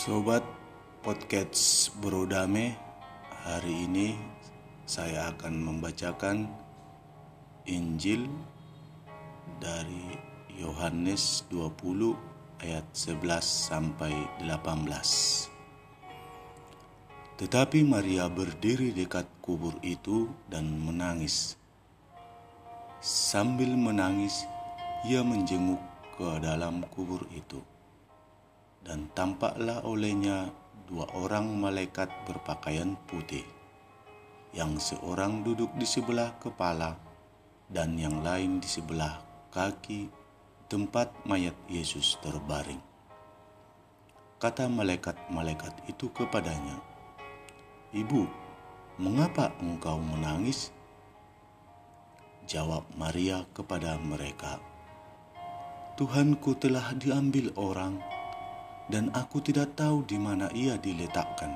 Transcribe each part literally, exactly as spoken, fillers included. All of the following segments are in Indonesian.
Sobat Podcast Brodame, hari ini saya akan membacakan Injil dari Yohanes dua puluh ayat sebelas sampai delapan belas. Tetapi Maria berdiri dekat kubur itu dan menangis. Sambil menangis, ia menjenguk ke dalam kubur itu. Dan tampaklah olehnya dua orang malaikat berpakaian putih, yang seorang duduk di sebelah kepala dan yang lain di sebelah kaki tempat mayat Yesus terbaring. Kata malaikat-malaikat itu kepadanya, "Ibu, mengapa engkau menangis?" Jawab Maria kepada mereka, "Tuhanku telah diambil orang, dan aku tidak tahu di mana ia diletakkan."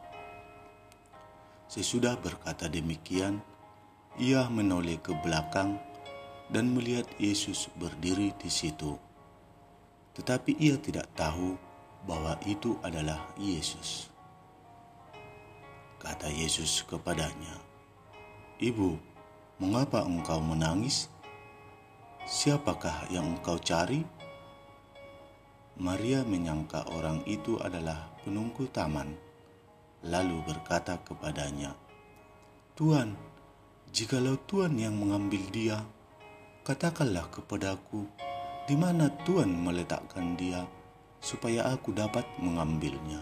Sesudah berkata demikian, ia menoleh ke belakang dan melihat Yesus berdiri di situ. Tetapi ia tidak tahu bahwa itu adalah Yesus. Kata Yesus kepadanya, "Ibu, mengapa engkau menangis? Siapakah yang engkau cari?" Maria menyangka orang itu adalah penunggu taman, lalu berkata kepadanya, "Tuan, jikalau Tuan yang mengambil dia, katakanlah kepadaku di mana Tuan meletakkan dia, supaya aku dapat mengambilnya."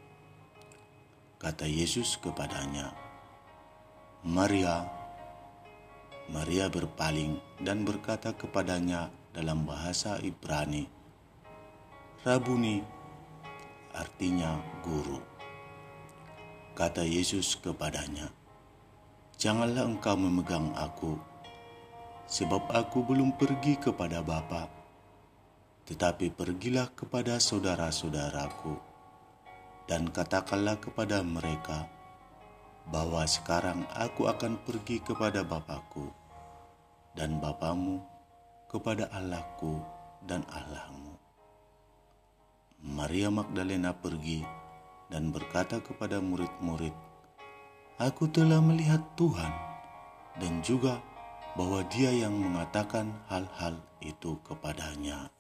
Kata Yesus kepadanya, "Maria." Maria berpaling dan berkata kepadanya dalam bahasa Ibrani, "Rabuni," artinya guru. Kata Yesus kepadanya, "Janganlah engkau memegang aku, sebab aku belum pergi kepada Bapa, tetapi pergilah kepada saudara-saudaraku, dan katakanlah kepada mereka bahwa sekarang aku akan pergi kepada Bapakku dan Bapamu, kepada Allahku dan Allahmu." Maria Magdalena pergi dan berkata kepada murid-murid, "Aku telah melihat Tuhan," dan juga bahwa Dia yang mengatakan hal-hal itu kepadanya.